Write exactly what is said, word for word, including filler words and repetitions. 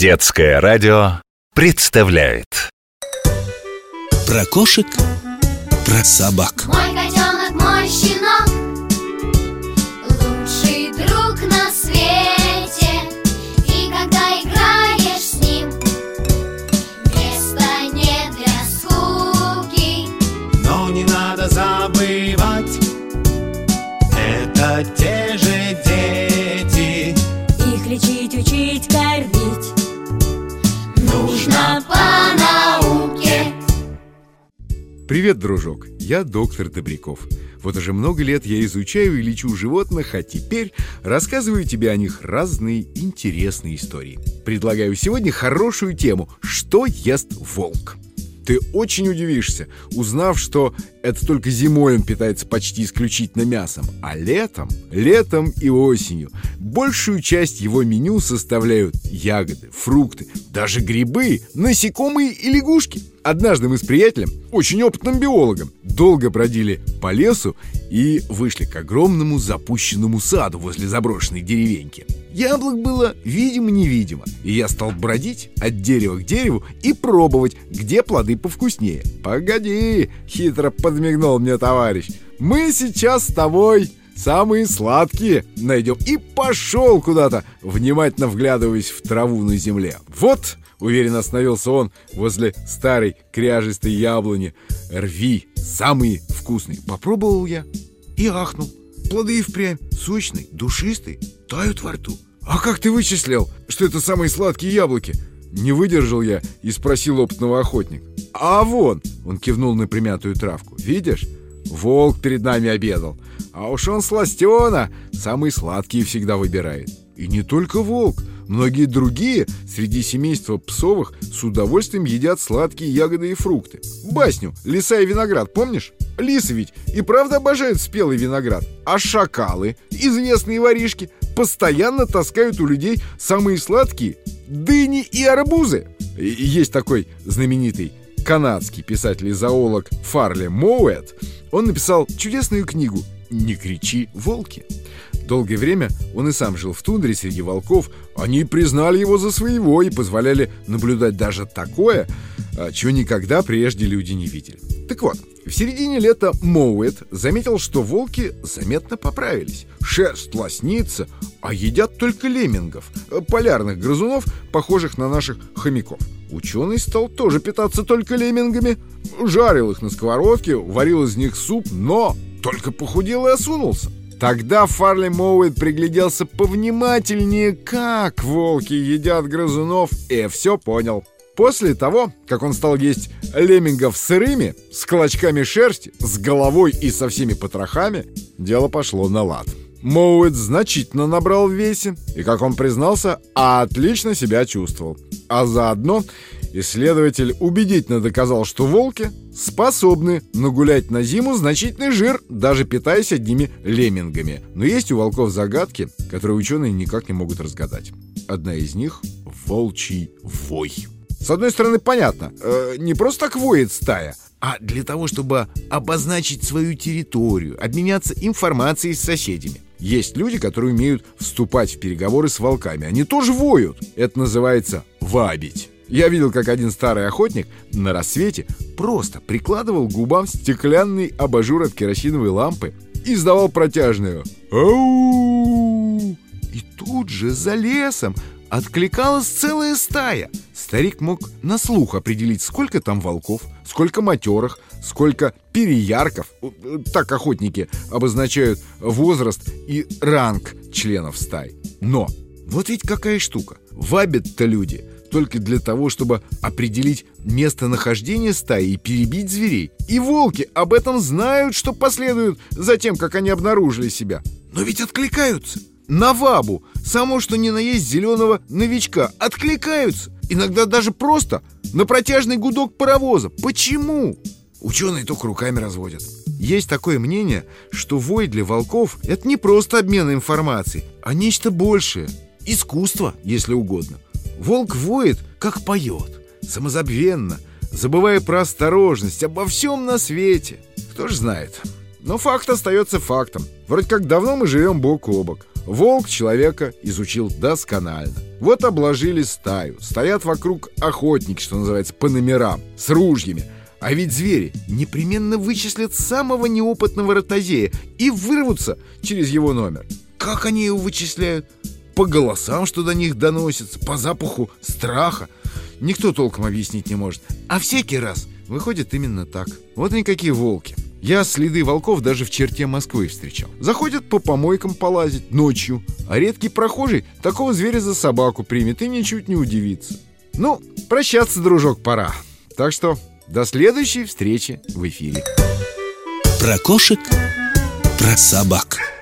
Детское радио представляет про кошек, про собак. Мой котенок, мой щенок, лучший друг на свете. И когда играешь с ним, места нет для скуки. Но не надо забывать, это те же дети. Их лечить, учить, кормить нужно по науке. Привет, дружок, я доктор Добряков. Вот уже много лет я изучаю и лечу животных, а теперь рассказываю тебе о них разные интересные истории. Предлагаю сегодня хорошую тему «Что ест волк?». Ты очень удивишься, узнав, что это только зимой он питается почти исключительно мясом, а летом, летом и осенью большую часть его меню составляют ягоды, фрукты, даже грибы, насекомые и лягушки. Однажды мы с приятелем, очень опытным биологом, долго бродили по лесу и вышли к огромному запущенному саду возле заброшенной деревеньки. Яблок было видимо-невидимо, и я стал бродить от дерева к дереву и пробовать, где плоды повкуснее. «Погоди!» — хитро подмигнул мне товарищ. «Мы сейчас с тобой самые сладкие найдем». И пошел куда-то, внимательно вглядываясь в траву на земле. «Вот!» — уверенно остановился он возле старой кряжестой яблони. «Рви, самые вкусные». Попробовал я и ахнул. Плоды и впрямь сочные, душистые, тают во рту. «А как ты вычислил, что это самые сладкие яблоки?» Не выдержал я и спросил опытного охотника. «А вон!» — он кивнул на примятую травку. «Видишь? Волк перед нами обедал. А уж он сластена, самые сладкие всегда выбирает». И не только волк. Многие другие среди семейства псовых с удовольствием едят сладкие ягоды и фрукты. Басню «Лиса и виноград» помнишь? Лисы ведь и правда обожают спелый виноград. А шакалы, известные воришки, постоянно таскают у людей самые сладкие дыни и арбузы. И есть такой знаменитый канадский писатель и зоолог Фарли Моуэт. Он написал чудесную книгу «Не кричи, волки». Долгое время он и сам жил в тундре среди волков. Они признали его за своего и позволяли наблюдать даже такое, чего никогда прежде люди не видели. Так вот, в середине лета Моуэт заметил, что волки заметно поправились. Шерсть лоснится, а едят только леммингов, полярных грызунов, похожих на наших хомяков. Ученый стал тоже питаться только леммингами. Жарил их на сковородке, варил из них суп, но только похудел и осунулся. Тогда Фарли Моуэт пригляделся повнимательнее, как волки едят грызунов, и все понял. После того, как он стал есть леммингов сырыми, с клочками шерсти, с головой и со всеми потрохами, дело пошло на лад. Моуэт значительно набрал в весе и, как он признался, отлично себя чувствовал. А заодно исследователь убедительно доказал, что волки способны нагулять на зиму значительный жир, даже питаясь одними леммингами. Но есть у волков загадки, которые ученые никак не могут разгадать. Одна из них — волчий вой. С одной стороны, понятно, э, не просто так воет стая, а для того, чтобы обозначить свою территорию, обменяться информацией с соседями. Есть люди, которые умеют вступать в переговоры с волками. Они тоже воют. Это называется вабить. Я видел, как один старый охотник на рассвете просто прикладывал к губам стеклянный абажур от керосиновой лампы и издавал протяжное «Ау!». И тут же за лесом откликалась целая стая. Старик мог на слух определить, сколько там волков, сколько матерых, сколько переярков. Так охотники обозначают возраст и ранг членов стаи. Но вот ведь какая штука. Вабят-то люди только для того, чтобы определить местонахождение стаи и перебить зверей. И волки об этом знают, что последует за тем, как они обнаружили себя. Но ведь откликаются. На вабу, само что ни на есть зеленого новичка, откликаются. Иногда даже просто на протяжный гудок паровоза. Почему? Ученые только руками разводят. Есть такое мнение, что вой для волков — это не просто обмен информацией, а нечто большее. Искусство, если угодно. Волк воет, как поет, самозабвенно, забывая про осторожность, обо всем на свете. Кто ж знает. Но факт остается фактом. Вроде как давно мы живем бок о бок. Волк человека изучил досконально. Вот обложили стаю, стоят вокруг охотники, что называется, по номерам, с ружьями. А ведь звери непременно вычислят самого неопытного ротозея и вырвутся через его номер. Как они его вычисляют? По голосам, что до них доносится, по запаху страха. Никто толком объяснить не может. А всякий раз выходит именно так. Вот они какие волки. Я следы волков даже в черте Москвы встречал. Заходят по помойкам полазить ночью, а редкий прохожий такого зверя за собаку примет и ничуть не удивится. Ну, прощаться, дружок, пора. Так что до следующей встречи в эфире. Про кошек, про собак.